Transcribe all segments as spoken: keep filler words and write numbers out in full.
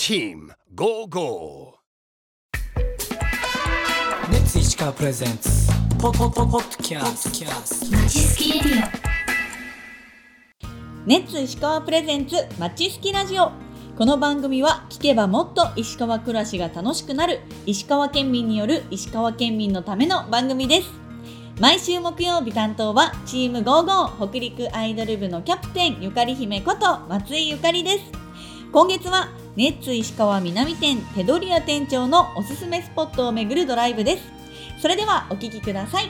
Team Go Go レッツ石川プレゼンツポポポポッドキャストまちすきレディオ。 ネッツ石川プレゼンツまちすきラジオ。この番組は聞けばもっと石川暮らしが楽しくなる石川県民による石川県民のための番組です。毎週木曜日担当はチームゴーゴー北陸アイドル部のキャプテンゆかり姫こと松井ゆかりです。今月はネッツ石川南店手取り屋店長のおすすめスポットを巡るドライブです。それではお聞きください。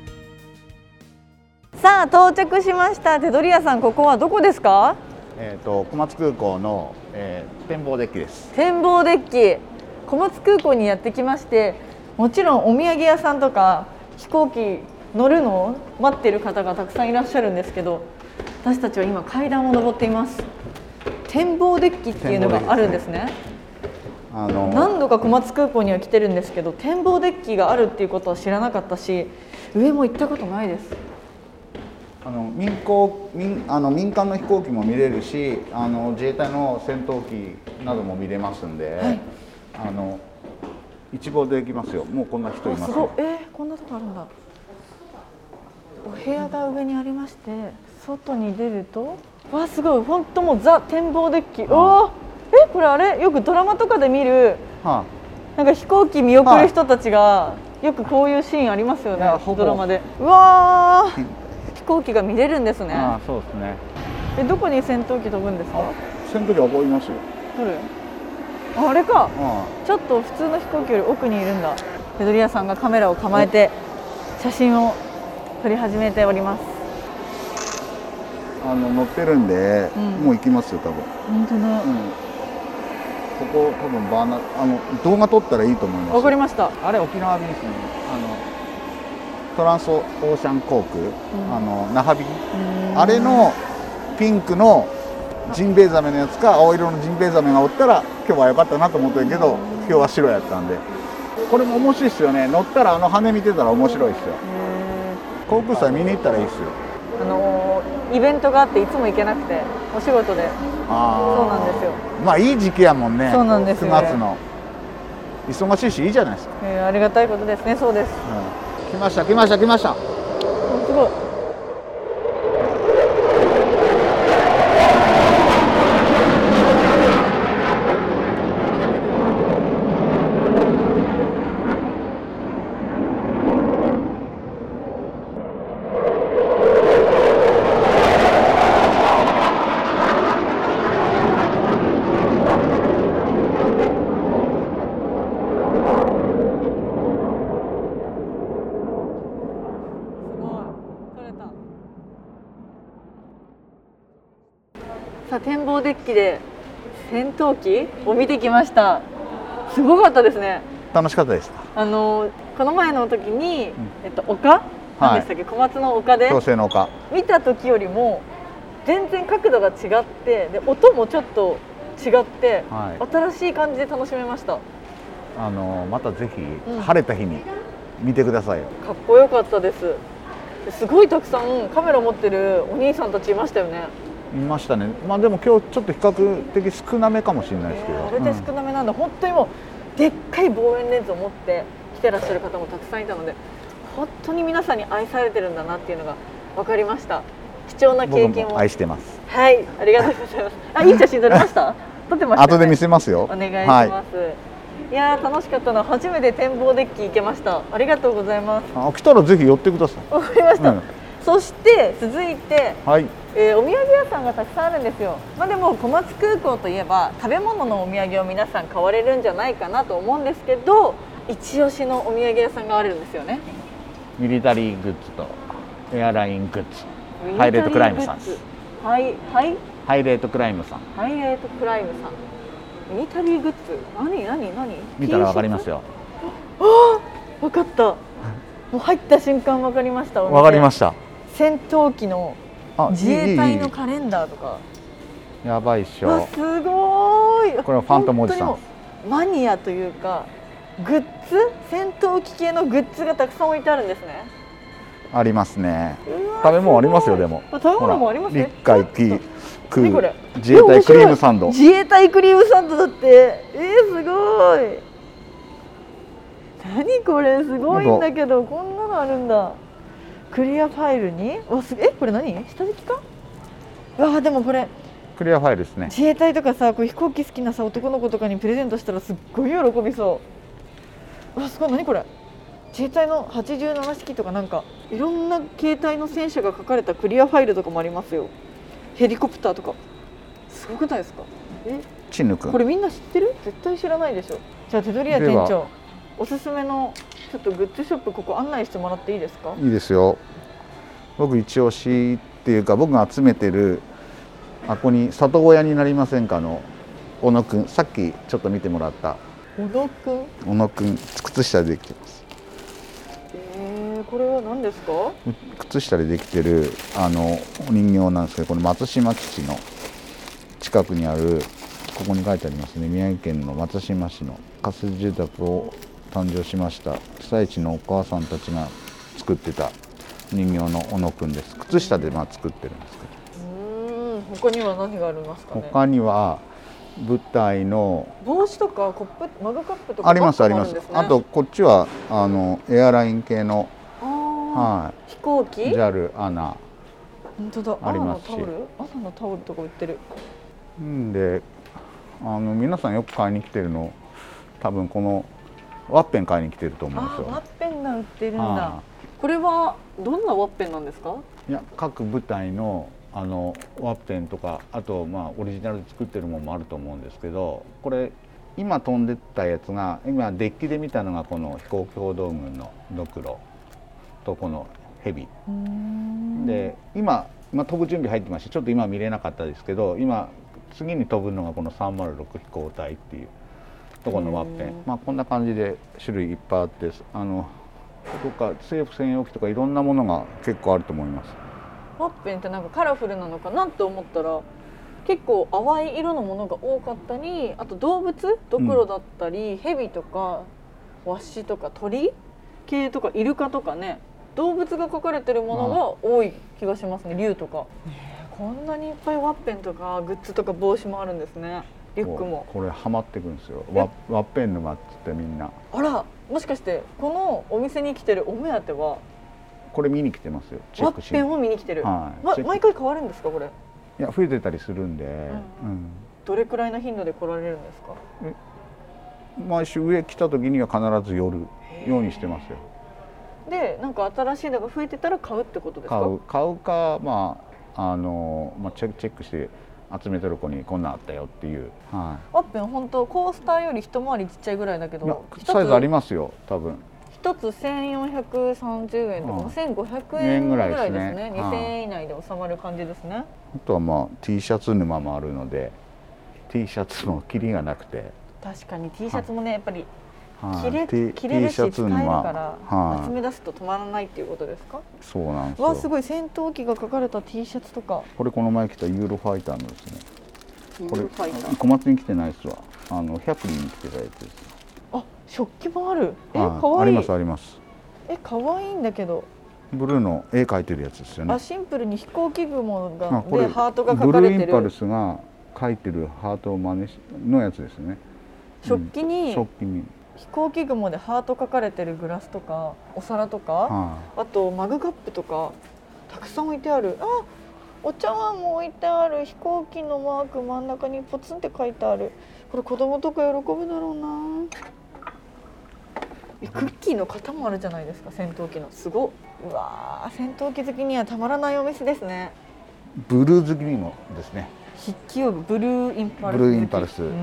さあ到着しました。手取り屋さん、ここはどこですか？ えー、と小松空港の、えー、展望デッキです。 展望デッキ、小松空港にやってきまして、もちろんお土産屋さんとか飛行機乗るのを待っている方がたくさんいらっしゃるんですけど、私たちは今階段を上っています。展望デッキっていうのがあるんですね。あの何度か小松空港には来てるんですけど、展望デッキがあるっていうことは知らなかったし、上も行ったことないです。 あの 民航 民, あの民間の飛行機も見れるし、あの自衛隊の戦闘機なども見れますんで、はい、あの一望できますよ。もうこんな人います、ね。 すごい、えー、こんなとこあるんだ。お部屋が上にありまして、外に出ると、わあすごい、本当もうザ展望デッキ。おお、えこれあれよくドラマとかで見る、はあ、なんか飛行機見送る人たちが、はあ、よくこういうシーンありますよね、ドラマで。うわー飛行機が見れるんですね。 ああそうですね。 えどこに戦闘機飛ぶんですか？ 戦闘機はここいますよ。 どれ？あ、あれか、ああちょっと普通の飛行機より奥にいるんだ。手取り屋さんがカメラを構えて写真を撮り始めております。 あの乗ってるんで、うん、もう行きますよ多分。 本当だ、うん、 ここ多分バーナあの動画撮ったらいいと思います。 わかりました。 あれ沖縄便ですね。あのトランスオーシャン航空、うん、あの那覇便、あれのピンクのジンベエザメのやつか青色のジンベエザメがおったら今日は良かったなと思ってるけど、今日は白やったんで、これも面白いですよね。乗ったらあの羽見てたら面白いですよ。航空祭見に行ったらいいですよ。 あのイベントがあっていつも行けなくて、お仕事で。あそうなんですよ。 まあいい時期やもんね。 そうなんですよ、ね、 くがつの忙しいしいいじゃないですか。 えー、ありがたいことですね。そうです、 うん、来ました来ました来ました。 すごい。展望デッキで戦闘機を見てきました。すごかったですね。 楽しかったです。 あのこの前の時に、うんえっと、丘何でしたっけ、はい、小松の丘で共生の丘見た時よりも全然角度が違って、で音もちょっと違って、はい、新しい感じで楽しめました。 あのまたぜひ、うん、晴れた日に見てくださいよ。 かっこよかったです。すごいたくさんカメラ持ってるお兄さんたちいましたよね。 いましたね。まあでも今日ちょっと比較的少なめかもしれないですけど、えー、 あれで少なめなんだ、うん、本当にもうでっかい望遠レンズを持って来てらっしゃる方もたくさんいたので、本当に皆さんに愛されてるんだなっていうのが分かりました。貴重な経験を。 僕も愛してます。 はい、ありがとうございます。あ、いい写真撮れました？撮ってました、ね。 後で見せますよ。 お願いします。はい、いやー楽しかったな。初めて展望デッキ行けました。ありがとうございます。 あ、来たらぜひ寄ってください。 わかりました。うん、そして続いて、 はい、 えー、お土産屋さんがたくさんあるんですよ。まあ、でも小松空港といえば食べ物のお土産を皆さん買われるんじゃないかなと思うんですけど、一押しのお土産屋さんがあるんですよね。 ミリタリーグッズとエアライングッズ、ハイレートクライムさんです。 はいはい。 ハイレートクライムさん。 ハイレートクライムさん。ミリタリーグッズ、何何何？ 見たらわかりますよ。 ああ、わかった。もう入った瞬間わかりました。 わかりました。 戦闘機の自衛隊のカレンダーとか。 いいいいやばいっしょ。 すごい。 これはファントムおじさん。 マニアというかグッズ、戦闘機系のグッズがたくさん置いてあるんですね。ありますね。食べ物ありますよ。でも食べ物もありますね。 立海機空何これ自衛隊クリームサンド。 自衛隊クリームサンドだって。えー、すごい。何これすごいんだけど、こんなのあるんだ。クリアファイルに、わすえこれ何下敷きか。わあでもこれクリアファイルですね。 自衛隊とかさ、こう飛行機好きなさ男の子とかにプレゼントしたらすっごい喜びそう。わすごい、何これ。自衛隊のはちじゅうなな式とか、なんかいろんな形態の戦車が書かれたクリアファイルとかもありますよ。ヘリコプターとかすごくないですか。えチヌ君、 これみんな知ってる？絶対知らないでしょ。じゃあ手取り屋店長、おすすめのちょっとグッズショップ、ここ案内してもらっていいですか？ いいですよ。僕一押しっていうか、僕が集めてる、あここに里親になりませんかの小野くん、さっきちょっと見てもらった小野くん。 小野くん、靴下でできてます。 えー、これは何ですか？ 靴下でできてるあのお人形なんですけど、この松島基地の近くにある、ここに書いてありますね、宮城県の松島市の仮設住宅を誕生しました被災地のお母さんたちが作ってた人形の小野くんです。靴下でまあ作ってるんですけど。 うーん、他には何がありますかね。 他には舞台の帽子とかコップ、マグカップとかありますあります。 バッグもあるんですね。 あとこっちはあのエアライン系の、はい、 飛行機ジャル アナ、 本当だ、 ありますし、 アナのタオル、アナのタオルとか売ってる。 んであの皆さんよく買いに来てるの、多分このワッペン買いに来てると思うんですよ。 あ、ワッペンが売ってるんだ。これはどんなワッペンなんですか？ いや、各部隊のあのワッペンとか、あとまあオリジナルで作ってるものもあると思うんですけど、これ今飛んでったやつが、今デッキで見たのがこの飛行機報道軍のドクロとこのヘビで、今、今飛ぶ準備入ってまして、ちょっと今見れなかったですけど、今次に飛ぶのがこのさんまるろく飛行隊っていうところのワッペン、まあこんな感じで種類いっぱいあって、あのとか政府専用機とかいろんなものが結構あると思います。 ワッペンってなんかカラフルなのかなって思ったら、結構淡い色のものが多かったり、あと動物、ドクロだったり、うん、ヘビとかワシとか鳥系とかイルカとかね、動物が描かれてるものが多い気がしますね。竜とか、こんなにいっぱいワッペンとかグッズとか帽子もあるんですね。リュックもこれハマってくんですよ。ワッペン沼っつってみんな。 あら、もしかしてこのお店に来てるお目当ては？ これ見に来てますよ。 ワッペンを見に来てる。 はい、 ま、毎回変わるんですかこれ？ いや、増えてたりするんで、うんうん、 どれくらいの頻度で来られるんですか？ え毎週上来た時には必ず寄るようにしてますよ。 で、なんか新しいのが増えてたら買うってことですか？ 買う、買うか、まああのまあチェックチェックして集めてる子にこんなんあったよっていう。はい、 ワッペン本当コースターより一回りちっちゃいぐらいだけど、 サイズありますよ多分。 一つせんよんひゃくさんじゅうえんとかせんごひゃくえんぐらいですね。にせんえん以内で収まる感じですね。 あとはまあ T シャツ沼もあるので、 T シャツもキリがなくて。 確かに T シャツもね、やっぱり着れ着れるし使えるから集め出すと止まらないっていうことですか？ そうなんですよ。 わ、すごい、戦闘機が描かれた T シャツとか。 これこの前来たユーロファイターのですね。 ユーロファイター。 小松に来てないですわ。あのひゃくにん来てたやつです。 あ、食器もある。え、 可愛い。 ありますあります。 え、可愛いんだけど。 ブルーの絵描いてるやつですよね。 あ、シンプルに飛行機雲がでハートが描かれてる。 ブルーインパルスが描いてるハートを真似しのやつですね。 食器に、うん、 食器に飛行機雲でハート描かれてるグラスとかお皿とか、はあ、あとマグカップとかたくさん置いてある。あ、お茶碗も置いてある。飛行機のマーク真ん中にポツンって書いてある。これ子供とか喜ぶだろうな。え、クッキーの型もあるじゃないですか、戦闘機の。すごっ。うわー、戦闘機好きにはたまらないお店ですね。 ブルー好きにもですね。 筆記用具、ブルーインパルス。 ブルーインパルス。 うん。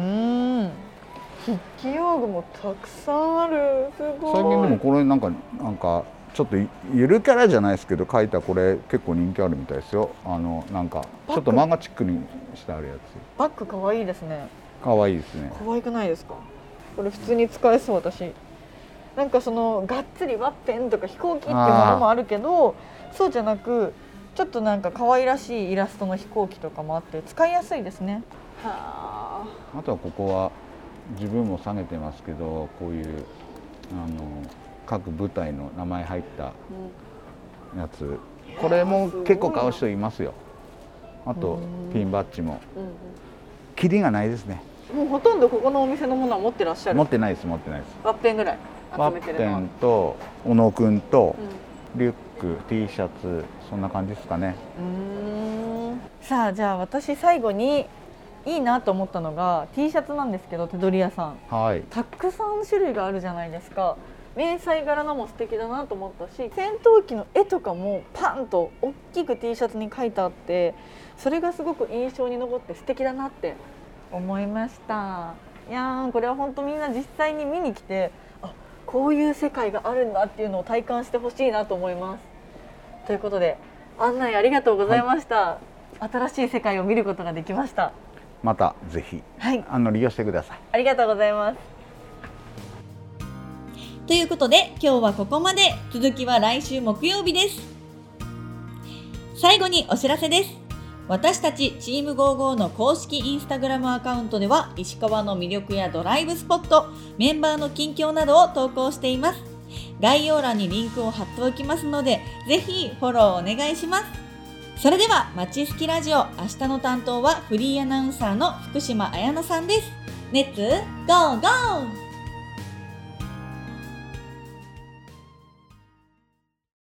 筆記用具もたくさんある。すごい。 最近でもこれなんかなんかちょっとゆるキャラじゃないですけど書いたこれ結構人気あるみたいですよ。あのなんかちょっと漫画チックにしてあるやつ。 バッグ可愛いですね。 可愛いですね。 可愛くないですか？これ普通に使えそう。私なんかそのがっつりワッペンとか飛行機っていうものもあるけど、そうじゃなくちょっとなんか可愛らしいイラストの飛行機とかもあって使いやすいですね。はあ。あとはここは自分も下げてますけど、こういうあの各部隊の名前入ったやつ、うん、これも結構買う人いますよ。 あとうんピンバッジもうんうんキリがないですね。 もうほとんどここのお店のものは持ってらっしゃる。 持ってないです持ってないです。 ワッペンぐらいワ集めてるのは。 ッペンと小野くんとうリュック T シャツそんな感じですかね。 ん、うーんさあじゃあ私最後にいいなと思ったのが T シャツなんですけど、手取り屋さんはい。 たくさん種類があるじゃないですか。迷彩柄のも素敵だなと思ったし、戦闘機の絵とかもパンと大きく T シャツに書いてあって、それがすごく印象に残って素敵だなって思いました。いやーこれは本当みんな実際に見に来て、あこういう世界があるんだっていうのを体感してほしいなと思います。ということで案内ありがとうございました、はい、新しい世界を見ることができました。 またぜひ、 はい、 あの利用してください。 ありがとうございます。ということで今日はここまで。続きは来週木曜日です。最後にお知らせです。私たちチームごじゅうごの公式インスタグラムアカウントでは石川の魅力やドライブスポット、メンバーの近況などを投稿しています。概要欄にリンクを貼っておきますので、ぜひフォローお願いします。それではまちすきラジオ、明日の担当はフリーアナウンサーの福島彩乃さんです。レッツゴーゴー。